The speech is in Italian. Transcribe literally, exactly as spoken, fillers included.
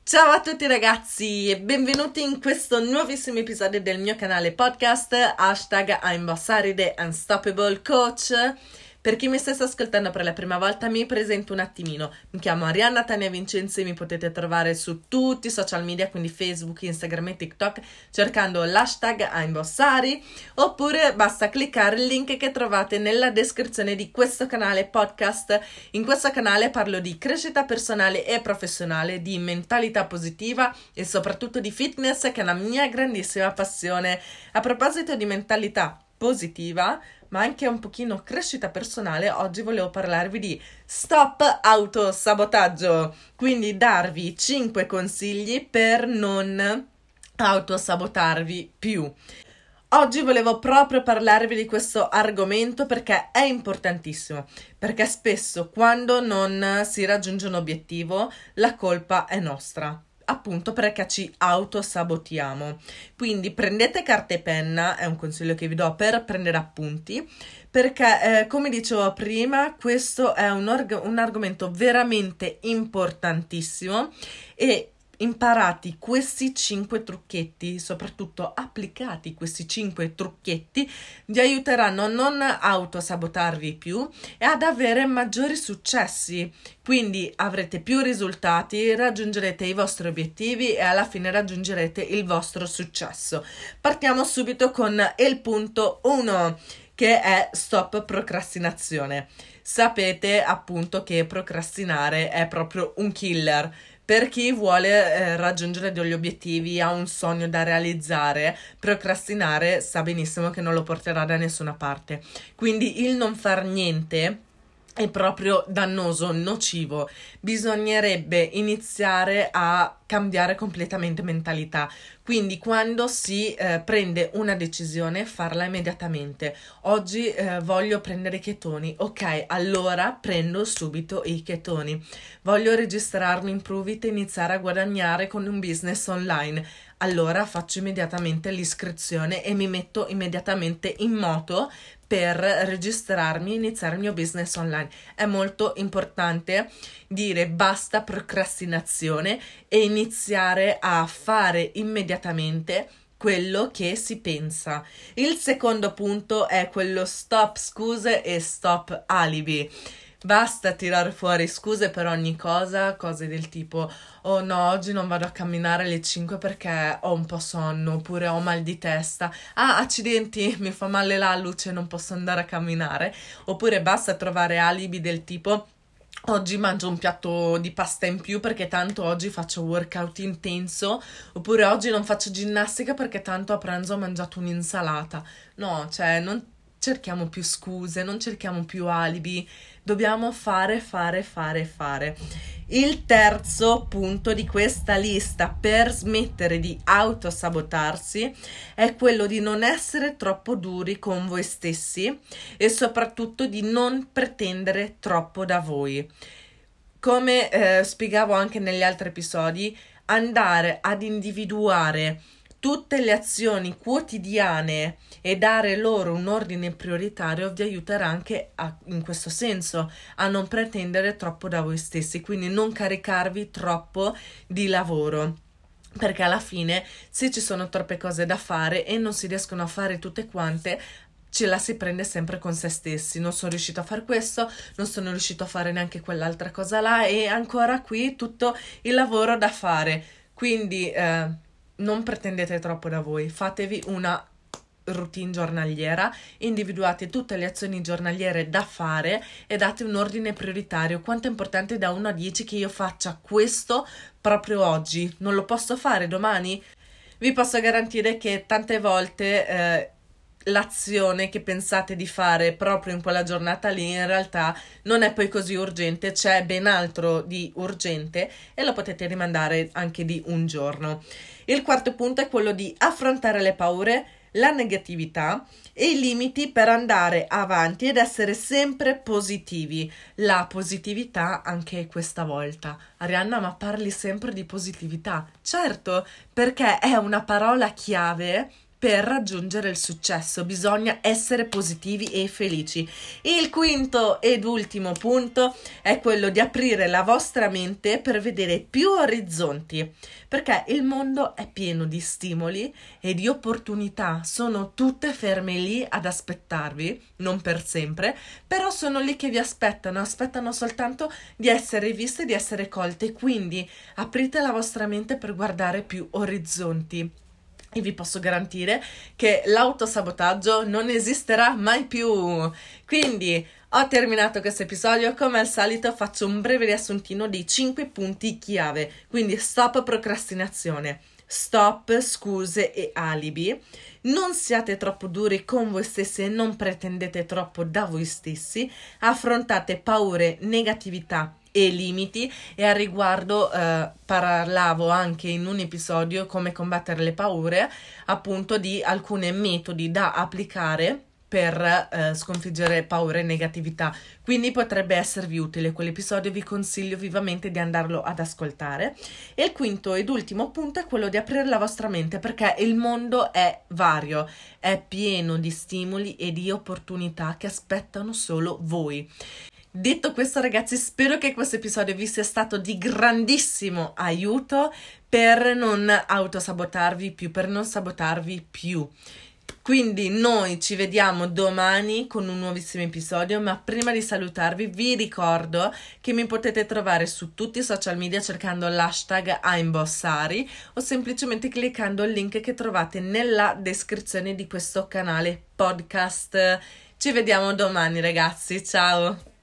Ciao a tutti ragazzi e benvenuti in questo nuovissimo episodio del mio canale podcast hashtag I'm Bossaride Unstoppable Coach. Per chi mi stesse ascoltando per la prima volta mi presento un attimino. Mi chiamo Arianna Tania Vincenzi e mi potete trovare su tutti i social media, quindi Facebook, Instagram e TikTok, cercando l'hashtag I'm Bossari, oppure basta cliccare il link che trovate nella descrizione di questo canale podcast. In questo canale parlo di crescita personale e professionale, di mentalità positiva e soprattutto di fitness, che è la mia grandissima passione. A proposito di mentalità positiva, ma anche un pochino crescita personale, oggi volevo parlarvi di stop autosabotaggio, quindi darvi cinque consigli per non autosabotarvi più. Oggi volevo proprio parlarvi di questo argomento perché è importantissimo, perché spesso quando non si raggiunge un obiettivo la colpa è nostra. Appunto perché ci autosabotiamo. Quindi prendete carta e penna, è un consiglio che vi do per prendere appunti, perché eh, come dicevo prima, questo è un, org- un argomento veramente importantissimo e imparati questi cinque trucchetti, soprattutto applicati questi cinque trucchetti, vi aiuteranno a non autosabotarvi più e ad avere maggiori successi. Quindi avrete più risultati, raggiungerete i vostri obiettivi e alla fine raggiungerete il vostro successo. Partiamo subito con il punto uno, che è stop procrastinazione. Sapete appunto che procrastinare è proprio un killer. Per chi vuole eh, raggiungere degli obiettivi, ha un sogno da realizzare, procrastinare sa benissimo che non lo porterà da nessuna parte. Quindi il non far niente è proprio dannoso, nocivo. Bisognerebbe iniziare a cambiare completamente mentalità. Quindi quando si eh, prende una decisione, farla immediatamente. Oggi eh, voglio prendere i chetoni. Ok, allora prendo subito i chetoni. Voglio registrarmi in Pruvit e iniziare a guadagnare con un business online. Allora faccio immediatamente l'iscrizione e mi metto immediatamente in moto per registrarmi e iniziare il mio business online. È molto importante dire basta procrastinazione e iniziare a fare immediatamente quello che si pensa. Il secondo punto è quello stop scuse e stop alibi. Basta tirare fuori scuse per ogni cosa, cose del tipo oh no, oggi non vado a camminare alle cinque perché ho un po' sonno, oppure ho mal di testa, ah accidenti, mi fa male la luce, non posso andare a camminare, oppure basta trovare alibi del tipo oggi mangio un piatto di pasta in più perché tanto oggi faccio workout intenso, oppure oggi non faccio ginnastica perché tanto a pranzo ho mangiato un'insalata. No, cioè non cerchiamo più scuse, non cerchiamo più alibi, dobbiamo fare, fare, fare, fare. Il terzo punto di questa lista per smettere di autosabotarsi è quello di non essere troppo duri con voi stessi e soprattutto di non pretendere troppo da voi. Come eh, spiegavo anche negli altri episodi, andare ad individuare tutte le azioni quotidiane e dare loro un ordine prioritario vi aiuterà anche a, in questo senso a non pretendere troppo da voi stessi, quindi non caricarvi troppo di lavoro, perché alla fine se ci sono troppe cose da fare e non si riescono a fare tutte quante, ce la si prende sempre con se stessi. Non sono riuscito a fare questo, non sono riuscito a fare neanche quell'altra cosa là e ancora qui tutto il lavoro da fare. Quindi eh, non pretendete troppo da voi, fatevi una routine giornaliera, individuate tutte le azioni giornaliere da fare e date un ordine prioritario. Quanto è importante da uno a dieci che io faccia questo proprio oggi? Non lo posso fare domani? Vi posso garantire che tante volte eh, l'azione che pensate di fare proprio in quella giornata lì in realtà non è poi così urgente, c'è ben altro di urgente e lo potete rimandare anche di un giorno. Il quarto punto è quello di affrontare le paure, la negatività e i limiti per andare avanti ed essere sempre positivi. La positività anche questa volta. Arianna, ma parli sempre di positività? Certo, perché è una parola chiave per raggiungere il successo. Bisogna essere positivi e felici. Il quinto ed ultimo punto è quello di aprire la vostra mente per vedere più orizzonti, perché il mondo è pieno di stimoli e di opportunità, sono tutte ferme lì ad aspettarvi, non per sempre, però sono lì che vi aspettano, aspettano soltanto di essere viste, di essere colte, quindi aprite la vostra mente per guardare più orizzonti. E vi posso garantire che l'autosabotaggio non esisterà mai più. Quindi ho terminato questo episodio. Come al solito faccio un breve riassuntino dei cinque punti chiave. Quindi stop procrastinazione, stop scuse e alibi. Non siate troppo duri con voi stessi e non pretendete troppo da voi stessi. Affrontate paure, negatività e limiti, e al riguardo eh, parlavo anche in un episodio come combattere le paure, appunto di alcuni metodi da applicare per eh, sconfiggere paure e negatività, quindi potrebbe esservi utile quell'episodio, vi consiglio vivamente di andarlo ad ascoltare. E il quinto ed ultimo punto è quello di aprire la vostra mente, perché il mondo è vario, è pieno di stimoli e di opportunità che aspettano solo voi. Detto questo, ragazzi, spero che questo episodio vi sia stato di grandissimo aiuto per non autosabotarvi più, per non sabotarvi più. Quindi noi ci vediamo domani con un nuovissimo episodio, ma prima di salutarvi vi ricordo che mi potete trovare su tutti i social media cercando l'hashtag Aimbossari o semplicemente cliccando il link che trovate nella descrizione di questo canale podcast. Ci vediamo domani, ragazzi, ciao!